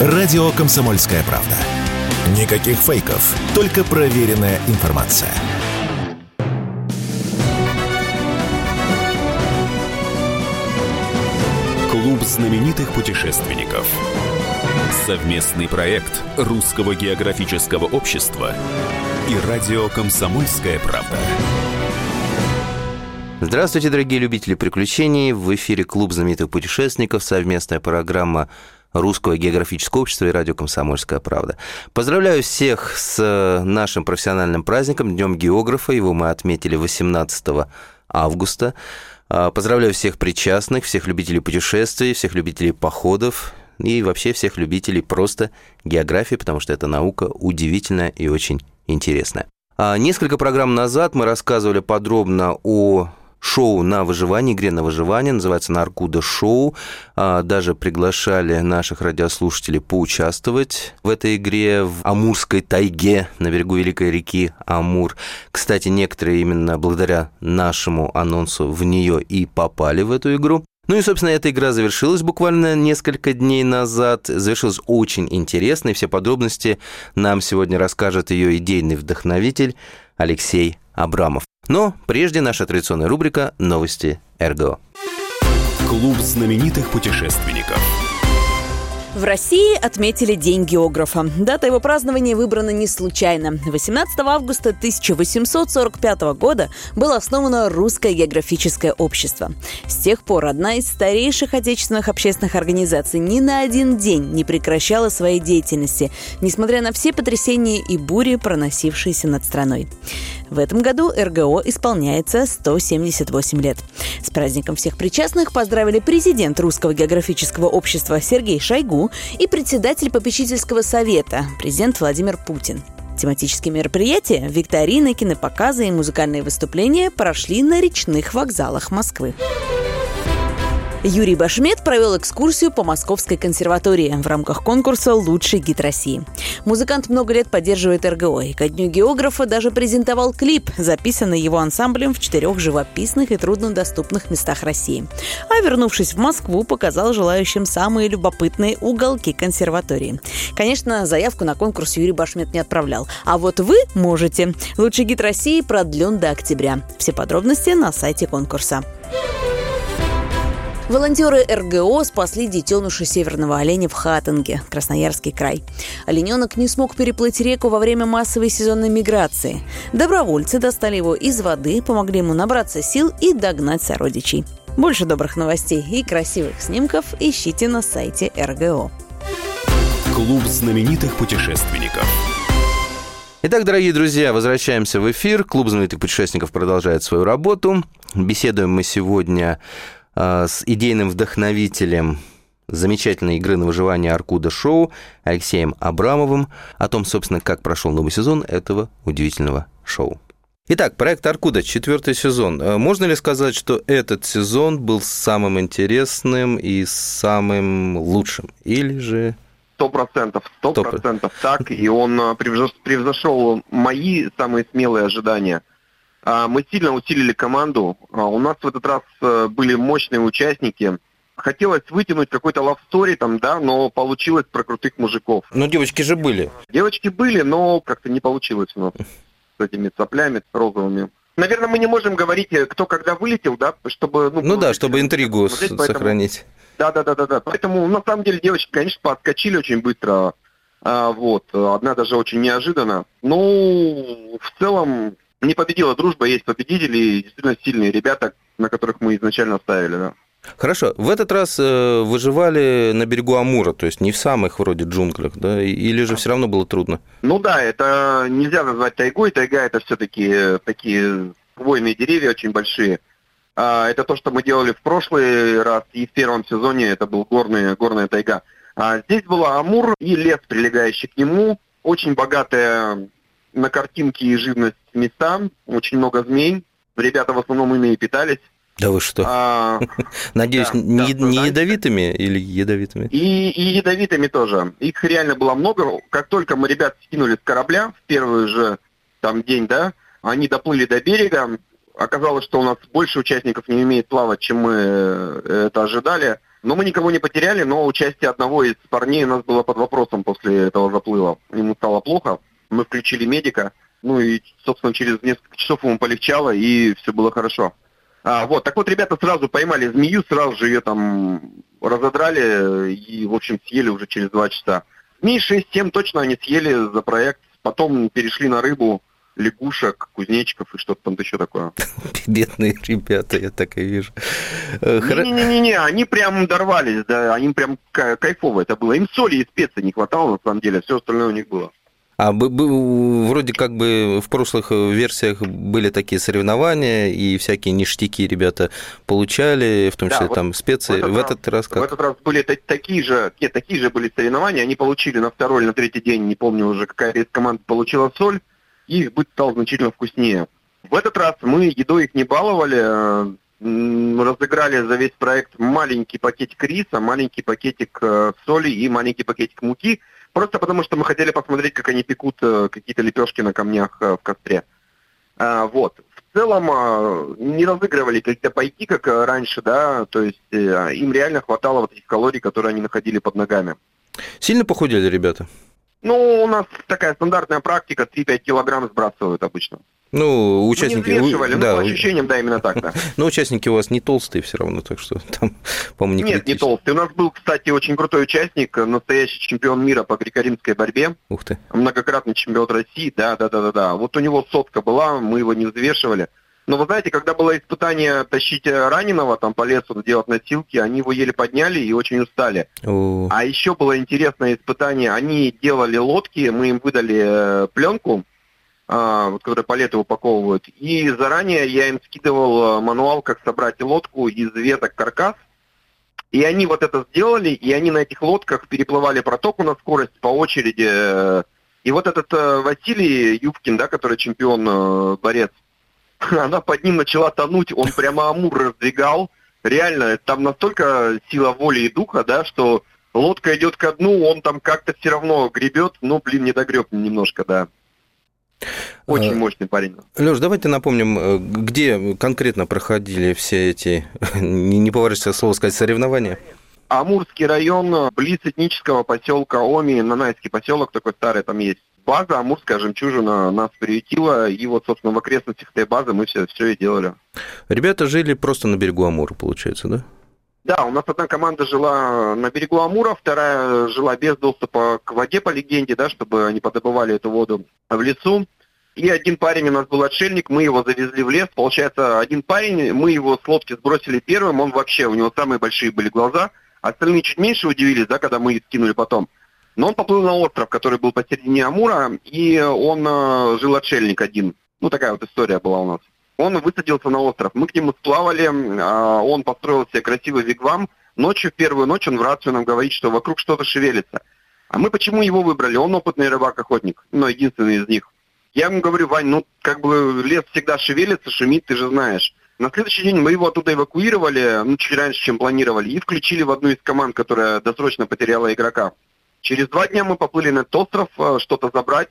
Радио «Комсомольская правда». Никаких фейков, только проверенная информация. Клуб знаменитых путешественников. Совместный проект Русского географического общества и радио «Комсомольская правда». Здравствуйте, дорогие любители приключений. В эфире Клуб знаменитых путешественников, совместная программа Русского географического общества и радио «Комсомольская правда». Поздравляю всех с нашим профессиональным праздником, Днем географа. Его мы отметили 18 августа. Поздравляю всех причастных, всех любителей путешествий, всех любителей походов и вообще всех любителей просто географии, потому что эта наука удивительная и очень интересная. Несколько программ назад мы рассказывали подробно о шоу на выживание, игре на выживание, называется «Наркуда шоу». Даже приглашали наших радиослушателей поучаствовать в этой игре в Амурской тайге на берегу великой реки Амур. Кстати, некоторые именно благодаря нашему анонсу в нее и попали в эту игру. Ну и, собственно, эта игра завершилась буквально несколько дней назад. Завершилась очень интересно, и все подробности нам сегодня расскажет ее идейный вдохновитель Алексей Абрамов. Но прежде наша традиционная рубрика «Новости РГО». Клуб знаменитых путешественников. В России отметили День географа. Дата его празднования выбрана не случайно. 18 августа 1845 года было основано Русское географическое общество. С тех пор одна из старейших отечественных общественных организаций ни на один день не прекращала своей деятельности, несмотря на все потрясения и бури, проносившиеся над страной. В этом году РГО исполняется 178 лет. С праздником всех причастных поздравили президент Русского географического общества Сергей Шойгу и председатель попечительского совета, президент Владимир Путин. Тематические мероприятия, викторины, кинопоказы и музыкальные выступления прошли на речных вокзалах Москвы. Юрий Башмет провел экскурсию по Московской консерватории в рамках конкурса «Лучший гид России». Музыкант много лет поддерживает РГО и ко Дню географа даже презентовал клип, записанный его ансамблем в 4 живописных и труднодоступных местах России. А вернувшись в Москву, показал желающим самые любопытные уголки консерватории. Конечно, заявку на конкурс Юрий Башмет не отправлял. А вот вы можете. «Лучший гид России» продлен до октября. Все подробности на сайте конкурса. Волонтеры РГО спасли детеныша северного оленя в Хатинге, Красноярский край. Олененок не смог переплыть реку во время массовой сезонной миграции. Добровольцы достали его из воды, помогли ему набраться сил и догнать сородичей. Больше добрых новостей и красивых снимков ищите на сайте РГО. Клуб знаменитых путешественников. Итак, дорогие друзья, возвращаемся в эфир. Клуб знаменитых путешественников продолжает свою работу. Беседуем мы сегодня с идейным вдохновителем замечательной игры на выживание «Наркуда шоу» Алексеем Абрамовым о том, собственно, как прошел новый сезон этого удивительного шоу. Итак, проект «Наркуда», 4-й сезон. Можно ли сказать, что этот сезон был самым интересным и самым лучшим? Или же... 100% так, и он превзошел мои самые смелые ожидания. Мы сильно усилили команду. У нас в этот раз были мощные участники. Хотелось вытянуть какой-то love story там, да, но получилось про крутых мужиков. Но девочки же были. Девочки были, но как-то не получилось у нас с этими цаплями розовыми. Наверное, мы не можем говорить, кто когда вылетел, да, чтобы... чтобы интригу сохранить. Да. Поэтому, на самом деле, девочки, конечно, подскочили очень быстро. Одна даже очень неожиданно. Ну, в целом... Не победила дружба, есть победители и действительно сильные ребята, на которых мы изначально ставили, да. Хорошо. В этот раз выживали на берегу Амура, то есть не в самых вроде джунглях, да? Или же все равно было трудно? Ну да, это нельзя назвать тайгой. Тайга – это все-таки такие хвойные деревья очень большие. Это то, что мы делали в прошлый раз, и в первом сезоне это был горная тайга. Здесь была Амур и лес, прилегающий к нему, очень богатая на картинки и живность места, очень много змей. Ребята в основном ими и питались. Да вы что? Надеюсь, не ядовитыми или ядовитыми? И ядовитыми тоже. Их реально было много. Как только мы ребят скинули с корабля в первый же день, да, они доплыли до берега. Оказалось, что у нас больше участников не умеет плавать, чем мы это ожидали. Но мы никого не потеряли, но участие одного из парней у нас было под вопросом после этого заплыва. Ему стало плохо, мы включили медика, ну и, собственно, через несколько часов ему полегчало, и все было хорошо. Так вот, ребята сразу поймали змею, сразу же ее там разодрали и, в общем, съели уже через 2 часа. Змей 6-7 точно они съели за проект, потом перешли на рыбу, лягушек, кузнечиков и что-то там еще такое. Бедные ребята, я так и вижу. Не-не-не, они прям дорвались, да, они прям кайфово это было. Им соли и специй не хватало, на самом деле, все остальное у них было. Вроде как бы в прошлых версиях были такие соревнования, и всякие ништяки ребята получали, в том числе там специи. В этот раз как? В этот раз были такие же были соревнования, они получили на 2-й или на 3-й день, не помню уже, какая из команд получила соль, и их быт стал значительно вкуснее. В этот раз мы едой их не баловали, разыграли за весь проект маленький пакетик риса, маленький пакетик соли и маленький пакетик муки, просто потому что мы хотели посмотреть, как они пекут какие-то лепешки на камнях в костре. В целом не разыгрывали какие-то пайки, как раньше, да, то есть им реально хватало вот этих калорий, которые они находили под ногами. Сильно похудели ребята? Ну, у нас такая стандартная практика, 3-5 килограмм сбрасывают обычно. Ну, участники... Не взвешивали, по ощущениям, да, именно так, да. Но участники у вас не толстые все равно, так что там, по-моему, не Нет, не толстые. У нас был, кстати, очень крутой участник, настоящий чемпион мира по греко-римской борьбе. Ух ты. Многократный чемпион России, да. Вот у него сотка была, мы его не взвешивали. Но вы знаете, когда было испытание тащить раненого там по лесу, делать носилки, они его еле подняли и очень устали. А еще было интересное испытание. Они делали лодки, мы им выдали пленку, которые палеты упаковывают. И заранее я им скидывал мануал, как собрать лодку из веток каркас. И они вот это сделали, и они на этих лодках переплывали протоку на скорость по очереди. И вот этот Василий Юбкин, да, который чемпион, борец, она под ним начала тонуть, он прямо Амур раздвигал. Реально, там настолько сила воли и духа, да, что лодка идет ко дну, он там как-то все равно гребет, не догреб немножко, да. Очень мощный парень. Лёш, давайте напомним, где конкретно проходили все эти, не поворачивайся слово сказать, соревнования? Амурский район, близ этнического поселка Оми, Нанайский поселок такой старый там есть. База «Амурская жемчужина» нас приютила, и вот, собственно, в окрестностях этой базы мы все и делали. Ребята жили просто на берегу Амура, получается, да? Да, у нас одна команда жила на берегу Амура, вторая жила без доступа к воде, по легенде, да, чтобы они подобывали эту воду в лесу. И один парень у нас был отшельник, мы его завезли в лес. Получается, один парень, мы его с лодки сбросили первым, он вообще, у него самые большие были глаза. Остальные чуть меньше удивились, да, когда мы их скинули потом. Но он поплыл на остров, который был посередине Амура, и он жил отшельник один. Ну, такая вот история была у нас. Он высадился на остров, мы к нему сплавали, он построил себе красивый вигвам. Ночью, в первую ночь, он в рацию нам говорит, что вокруг что-то шевелится. А мы почему его выбрали? Он опытный рыбак-охотник, единственный из них. Я ему говорю: Вань, лес всегда шевелится, шумит, ты же знаешь. На следующий день мы его оттуда эвакуировали, чуть раньше, чем планировали, и включили в одну из команд, которая досрочно потеряла игрока. Через 2 дня мы поплыли на этот остров, что-то забрать,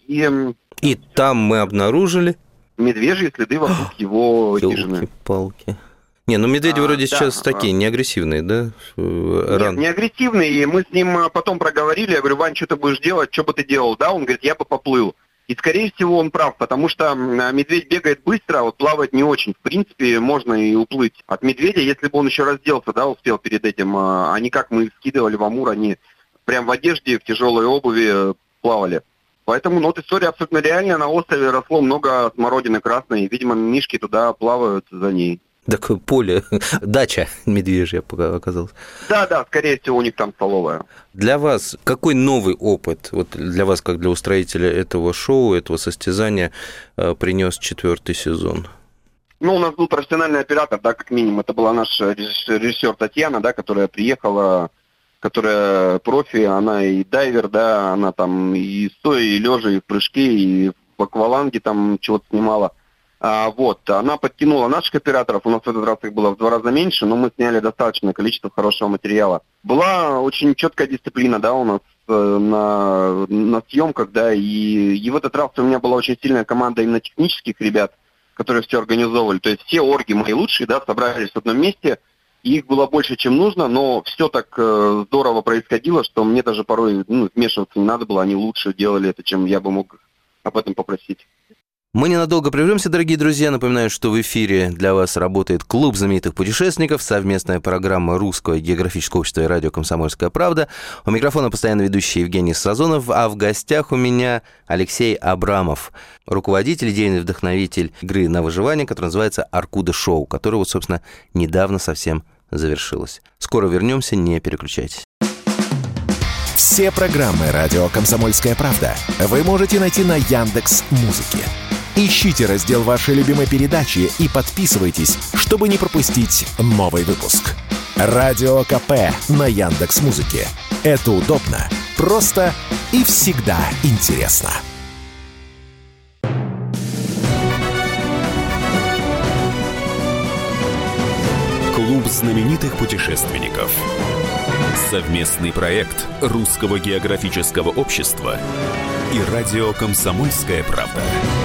И там мы обнаружили... медвежьи следы вокруг его хижины. Ёлки-палки. Медведи вроде сейчас такие, не агрессивные, да? Нет, не агрессивные, и мы с ним потом проговорили, я говорю: Вань, что ты будешь делать, что бы ты делал? Да, он говорит: я бы поплыл. И, скорее всего, он прав, потому что медведь бегает быстро, а вот плавать не очень. В принципе, можно и уплыть от медведя, если бы он еще разделся, да, успел перед этим, а не как мы скидывали в Амур, они прям в одежде, в тяжелой обуви плавали. Поэтому, история абсолютно реальная. На острове росло много смородины красной, и, видимо, мишки туда плавают за ней. Такое поле, дача медвежья оказалась. Да, скорее всего, у них там столовая. Для вас какой новый опыт, вот для вас, как для устроителя этого шоу, этого состязания, принес 4-й сезон? У нас был профессиональный оператор, да, как минимум. Это была наша режиссер Татьяна, да, которая приехала, которая профи, она и дайвер, да, она там и стоя, и лежа, и в прыжке, и в акваланге там чего-то снимала. Она подтянула наших операторов, у нас в этот раз их было в 2 раза меньше, но мы сняли достаточное количество хорошего материала. Была очень четкая дисциплина, да, у нас на съемках, да, и в этот раз у меня была очень сильная команда именно технических ребят, которые все организовывали. То есть все орги мои лучшие, да, собрались в одном месте, Их было больше, чем нужно, но все так здорово происходило, что мне даже порой вмешиваться не надо было. Они лучше делали это, чем я бы мог об этом попросить. Мы ненадолго прервемся, дорогие друзья. Напоминаю, что в эфире для вас работает Клуб знаменитых путешественников, совместная программа Русского географического общества и радио «Комсомольская правда». У микрофона постоянно ведущий Евгений Сазонов, а в гостях у меня Алексей Абрамов, руководитель, идейный вдохновитель игры на выживание, которая называется «Аркуда Шоу», которая вот, собственно, недавно совсем завершилась. Скоро вернемся, не переключайтесь. Все программы радио «Комсомольская правда» вы можете найти на Яндекс.Музыке. Ищите раздел вашей любимой передачи и подписывайтесь, чтобы не пропустить новый выпуск. Радио КП на Яндекс.Музыке. Это удобно, просто и всегда интересно. Клуб знаменитых путешественников. Совместный проект Русского географического общества и радио «Комсомольская правда».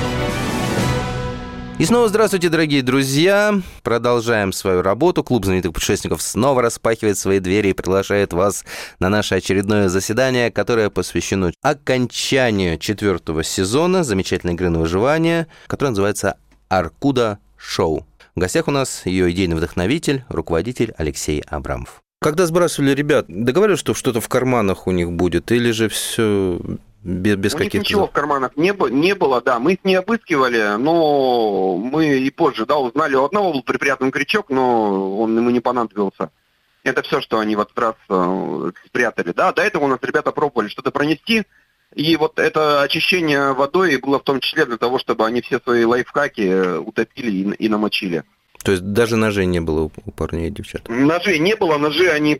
И снова здравствуйте, дорогие друзья. Продолжаем свою работу. Клуб знаменитых путешественников снова распахивает свои двери и приглашает вас на наше очередное заседание, которое посвящено окончанию 4-го сезона замечательной игры на выживание, которая называется «Аркуда Шоу». В гостях у нас ее идейный вдохновитель, руководитель Алексей Абрамов. Когда сбрасывали ребят, договаривались, что что-то в карманах у них будет, или же все без каких-то... У них ничего в карманах не было, да. Мы их не обыскивали, но мы и позже, да, узнали. У одного был припрятан крючок, но он ему не понадобился. Это все, что они в этот раз спрятали. Да, до этого у нас ребята пробовали что-то пронести, и вот это очищение водой было в том числе для того, чтобы они все свои лайфхаки утопили и намочили. То есть даже ножей не было у парней и девчат? Ножей не было, ножи они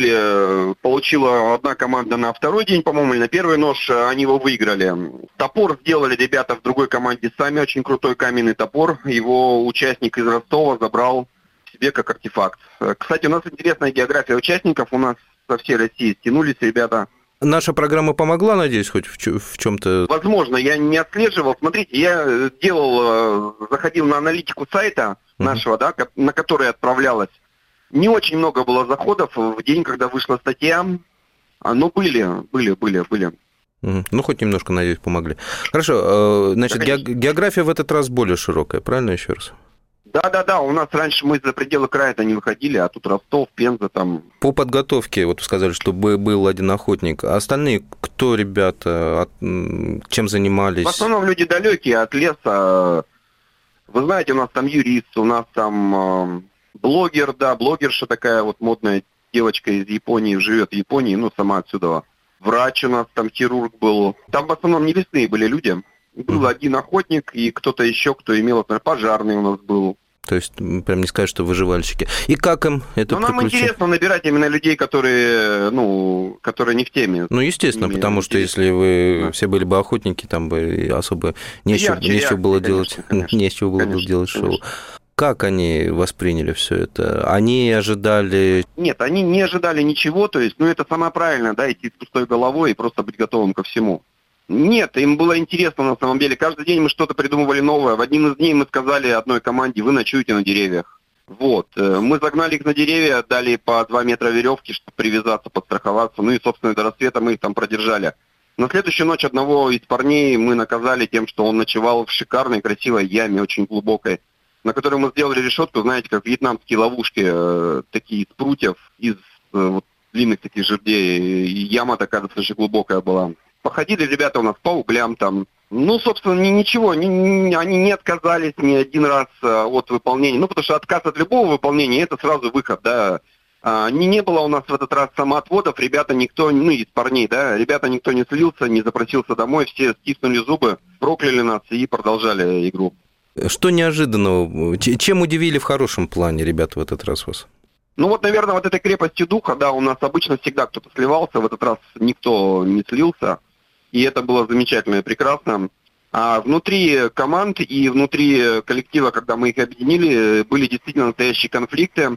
получила одна команда на второй день, по-моему, или на первый нож, они его выиграли. Топор сделали ребята в другой команде сами, очень крутой каменный топор, его участник из Ростова забрал себе как артефакт. Кстати, у нас интересная география участников, у нас со всей России стянулись ребята. Наша программа помогла, надеюсь, хоть в чем-то? Возможно, я не отслеживал. Смотрите, я заходил на аналитику сайта нашего, да, на который отправлялась. Не очень много было заходов в день, когда вышла статья, но были. Ну, хоть немножко, надеюсь, помогли. Хорошо, значит, география в этот раз более широкая, правильно, еще раз? Да, у нас раньше мы за пределы края-то не выходили, а тут Ростов, Пенза там. По подготовке, вот вы сказали, что был один охотник, а остальные кто, ребята, чем занимались? В основном люди далекие от леса. Вы знаете, у нас там юрист, у нас там блогер, да, блогерша такая вот модная девочка из Японии, живет в Японии, сама отсюда. Врач у нас там, хирург был. Там в основном не лесные были люди. Был один охотник и кто-то еще, кто имел, например, пожарный у нас был. То есть, прям не сказать, что выживальщики. И как им это приключение? Нам интересно набирать именно людей, которые не в теме. Естественно, потому что если вы все были бы охотники, там бы особо нечего было делать, нечего было бы делать шоу. Как они восприняли все это? Они ожидали... Нет, они не ожидали ничего, то есть, это самое правильное, да, идти с пустой головой и просто быть готовым ко всему. Нет, им было интересно на самом деле. Каждый день мы что-то придумывали новое. В один из дней мы сказали одной команде: вы ночуете на деревьях. Вот. Мы загнали их на деревья, дали по 2 метра веревки, чтобы привязаться, подстраховаться. И, собственно, до рассвета мы их там продержали. На следующую ночь одного из парней мы наказали тем, что он ночевал в шикарной, красивой яме, очень глубокой, на которой мы сделали решетку, знаете, как вьетнамские ловушки, такие из прутьев, из длинных таких жердей. И яма такая достаточно глубокая была. Походили ребята у нас по углям там. Собственно, ничего, они не отказались ни один раз от выполнения. Потому что отказ от любого выполнения – это сразу выход, да. Не было у нас в этот раз самоотводов, ребята никто, из парней, да, ребята никто не слился, не запросился домой, все стиснули зубы, прокляли нас и продолжали игру. Что неожиданного? Чем удивили в хорошем плане ребята в этот раз вас? Наверное, этой крепостью духа, да, у нас обычно всегда кто-то сливался, в этот раз никто не слился. И это было замечательно и прекрасно. А внутри команд и внутри коллектива, когда мы их объединили, были действительно настоящие конфликты.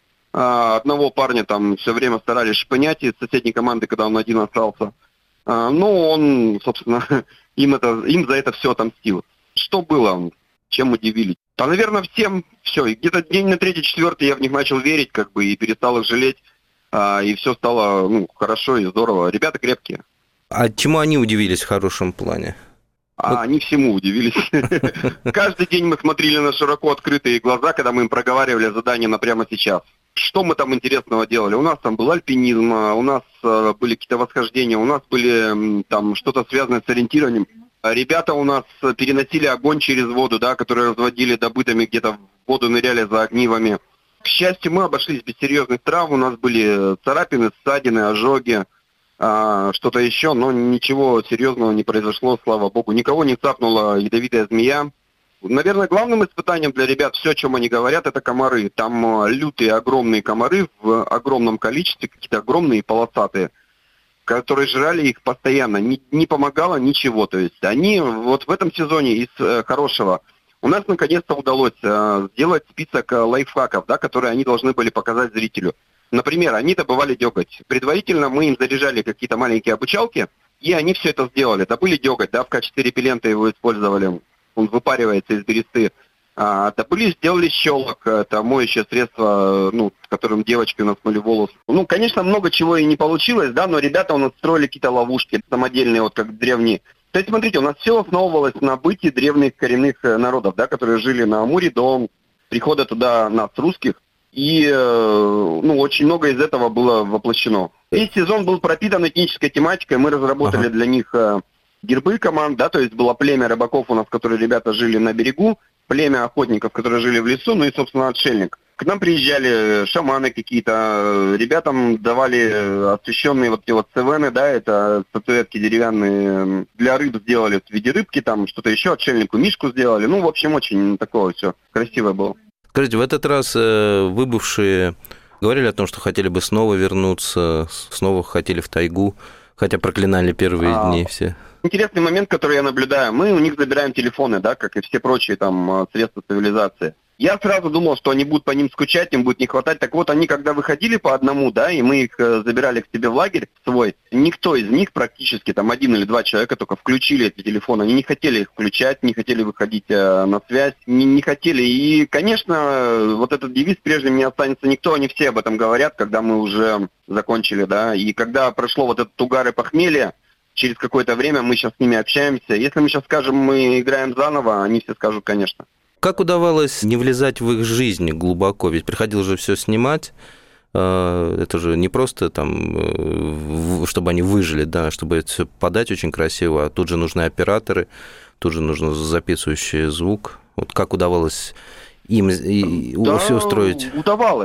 Одного парня там все время старались шпынять из соседней команды, когда он один остался. Он, собственно, им за это все отомстил. Что было? Чем удивили? Да, наверное, всем все. И где-то день на 3-4 я в них начал верить, и перестал их жалеть. И все стало хорошо и здорово. Ребята крепкие. А чему они удивились в хорошем плане? Они всему удивились. Каждый день мы смотрели на широко открытые глаза, когда мы им проговаривали задание на прямо сейчас. Что мы там интересного делали? У нас там был альпинизм, у нас были какие-то восхождения, у нас были там что-то связанное с ориентированием. Ребята у нас переносили огонь через воду, да, которые разводили добытыми, где-то в воду ныряли за огнивами. К счастью, мы обошлись без серьезных травм, у нас были царапины, ссадины, ожоги, что-то еще, но ничего серьезного не произошло, слава богу. Никого не цапнула ядовитая змея. Наверное, главным испытанием для ребят, все, о чем они говорят, это комары. Там лютые, огромные комары в огромном количестве, какие-то огромные полосатые, которые жрали их постоянно. Не помогало ничего. То есть они вот в этом сезоне из хорошего у нас наконец-то удалось сделать список лайфхаков, да, которые они должны были показать зрителю. Например, они добывали деготь. Предварительно мы им заряжали какие-то маленькие обучалки, и они все это сделали. Добыли деготь, да, в качестве репеллента его использовали. Он выпаривается из бересты. Добыли, сделали щелок, это моющее средство, которым девочки у нас мыли волосы. Конечно, много чего и не получилось, да, но ребята у нас строили какие-то ловушки самодельные, вот как древние. То есть, смотрите, у нас все основывалось на бытии древних коренных народов, да, которые жили на Амуре до прихода туда нас, русских. И, очень много из этого было воплощено. Весь сезон был пропитан этнической тематикой, мы разработали для них гербы команд, да, то есть было племя рыбаков у нас, которые ребята жили на берегу, племя охотников, которые жили в лесу, и, собственно, отшельник. К нам приезжали шаманы какие-то, ребятам давали освещенные вот эти вот севены, да, это статуэтки деревянные, для рыб сделали в виде рыбки, там что-то еще, отшельнику мишку сделали, в общем, очень такое все красивое было. Скажите, в этот раз выбывшие говорили о том, что хотели бы снова вернуться, снова хотели в тайгу, хотя проклинали первые дни все. Интересный момент, который я наблюдаю. Мы у них забираем телефоны, да, как и все прочие там средства цивилизации. Я сразу думал, что они будут по ним скучать, им будет не хватать. Так вот, они когда выходили по одному, да, и мы их забирали к себе в лагерь свой, никто из них практически, там 1 или 2 человека только включили эти телефоны. Они не хотели их включать, не хотели выходить на связь, не хотели. И, конечно, вот этот девиз «прежним не останется никто», они все об этом говорят, когда мы уже закончили, да. И когда прошло вот этот угар и похмелье, через какое-то время мы сейчас с ними общаемся. Если мы сейчас скажем, мы играем заново, они все скажут, конечно. Как удавалось не влезать в их жизнь глубоко? Ведь приходилось же все снимать. Это же не просто там, чтобы они выжили, да, чтобы это все подать очень красиво, а тут же нужны операторы, тут же нужно записывающий звук. Вот как удавалось им все устроить? Удавалось.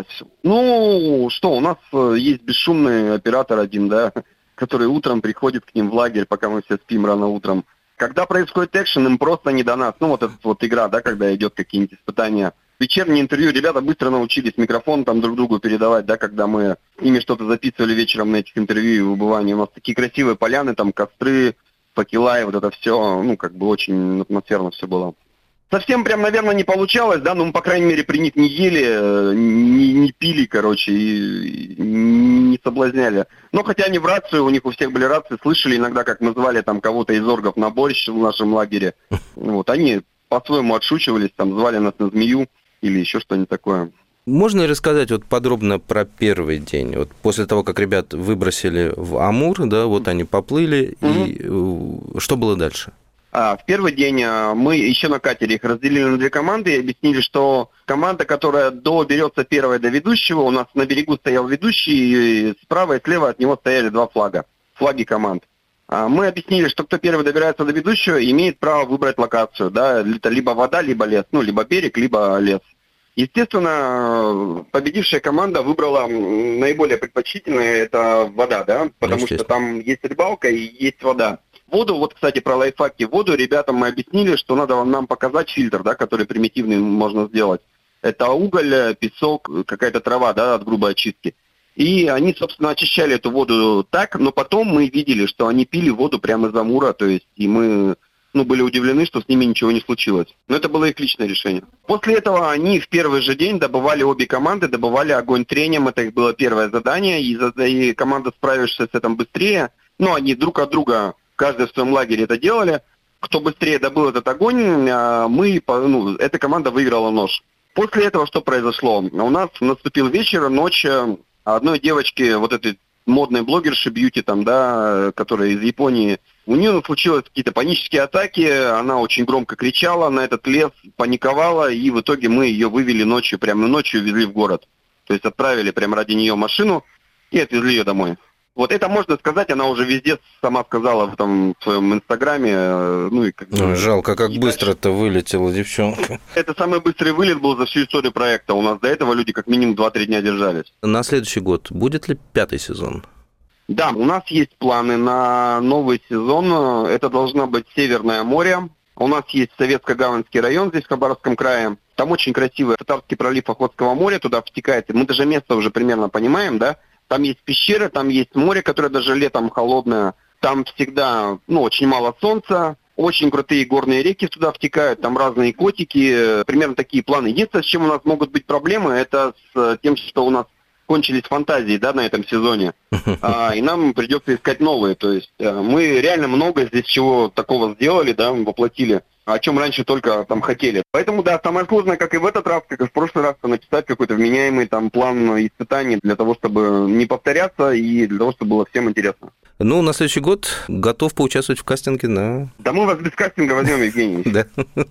У нас есть бесшумный оператор один, да, который утром приходит к ним в лагерь, пока мы все спим рано утром. Когда происходит экшен, им просто не до нас. Вот эта вот игра, да, когда идет какие-нибудь испытания. Вечернее интервью, ребята быстро научились микрофон там друг другу передавать, да, когда мы с ними что-то записывали вечером на этих интервью и выбывании. У нас такие красивые поляны, там костры, факела и вот это все, очень атмосферно все было. Совсем прям, наверное, не получалось, да, мы, по крайней мере, при них не ели, не пили, и не соблазняли. Но хотя они в рацию, у них у всех были рации, слышали иногда, как мы звали там кого-то из оргов на борщ в нашем лагере. Они по-своему отшучивались, там звали нас на змею или еще что-нибудь такое. Можно ли рассказать подробно про первый день? После того, как ребят выбросили в Амур, да, они поплыли, и что было дальше? В первый день мы еще на катере их разделили на 2 команды и объяснили, что команда, которая доберется первой до ведущего, у нас на берегу стоял ведущий, и справа и слева от него стояли 2 флага, флаги команд. Мы объяснили, что кто первый добирается до ведущего, имеет право выбрать локацию, да, это либо вода, либо лес, либо берег, либо лес. Естественно, победившая команда выбрала наиболее предпочтительное, это вода, да, потому что там есть рыбалка и есть вода. Воду, кстати, про лайфхаки. Воду ребятам мы объяснили, что надо нам показать фильтр, да, который примитивный можно сделать. Это уголь, песок, какая-то трава, да, от грубой очистки. И они, собственно, очищали эту воду так, но потом мы видели, что они пили воду прямо из Амура, то есть, и мы были удивлены, что с ними ничего не случилось. Но это было их личное решение. После этого они в первый же день добывали обе команды, добывали огонь трением, это их было первое задание, и команда, справившись с этим быстрее, они друг от друга, каждый в своем лагере это делали, Кто быстрее добыл этот огонь, эта команда выиграла нож. После этого что произошло? У нас наступил вечер, ночь. Одной девочке, вот этой модной блогерши бьюти, которая из Японии, у нее случилось какие-то панические атаки, она очень громко кричала на этот лес, паниковала, и в итоге мы ее вывели ночью, прямо ночью везли в город. То есть отправили прямо ради нее машину и отвезли ее домой. Вот это можно сказать, она уже везде сама сказала в своем инстаграме. Жалко, как быстро-то вылетела девчонка. Это самый быстрый вылет был за всю историю проекта. У нас до этого люди как минимум 2-3 дня держались. На следующий год будет ли 5-й сезон? Да, у нас есть планы на новый сезон. Это должно быть Северное море. У нас есть Советско-Гаванский район здесь, в Хабаровском крае. Там очень красивый Татарский пролив Охотского моря, туда втекает. Мы даже место уже примерно понимаем, да? Там есть пещеры, там есть море, которое даже летом холодное. Там всегда, очень мало солнца. Очень крутые горные реки туда втекают, там разные котики. Примерно такие планы. Единственное, с чем у нас могут быть проблемы, это с тем, что у нас кончились фантазии, на этом сезоне. И нам придется искать новые. То есть мы реально много здесь чего такого сделали, воплотили, о чем раньше только хотели. Поэтому, самое сложное, как и в этот раз, как и в прошлый раз, написать какой-то вменяемый план испытаний для того, чтобы не повторяться и для того, чтобы было всем интересно. На следующий год готов поучаствовать в кастинге на... Да мы вас без кастинга возьмем, Евгений. Да.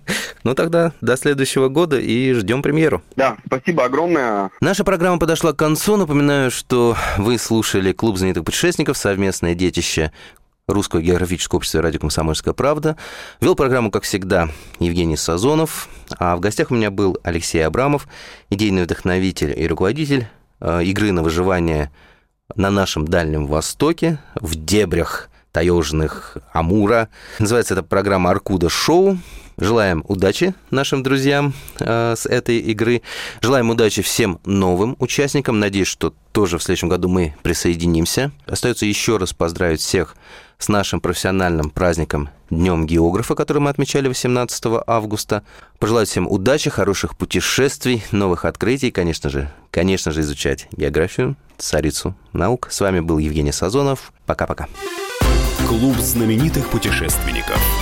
Тогда до следующего года и ждем премьеру. Да, спасибо огромное. Наша программа подошла к концу. Напоминаю, что вы слушали «Клуб знаменитых путешественников», совместное детище Русского географического общества и радио «Комсомольская правда». Вел программу, как всегда, Евгений Сазонов. А в гостях у меня был Алексей Абрамов, идейный вдохновитель и руководитель игры на выживание на нашем Дальнем Востоке, в дебрях таежных Амура. Называется эта программа «Аркуда Шоу». Желаем удачи нашим друзьям с этой игры. Желаем удачи всем новым участникам. Надеюсь, что тоже в следующем году мы присоединимся. Остается еще раз поздравить всех с нашим профессиональным праздником Днем географа, который мы отмечали 18 августа. Пожелать всем удачи, хороших путешествий, новых открытий, конечно же, изучать географию, царицу наук. С вами был Евгений Сазонов. Пока-пока. Клуб знаменитых путешественников.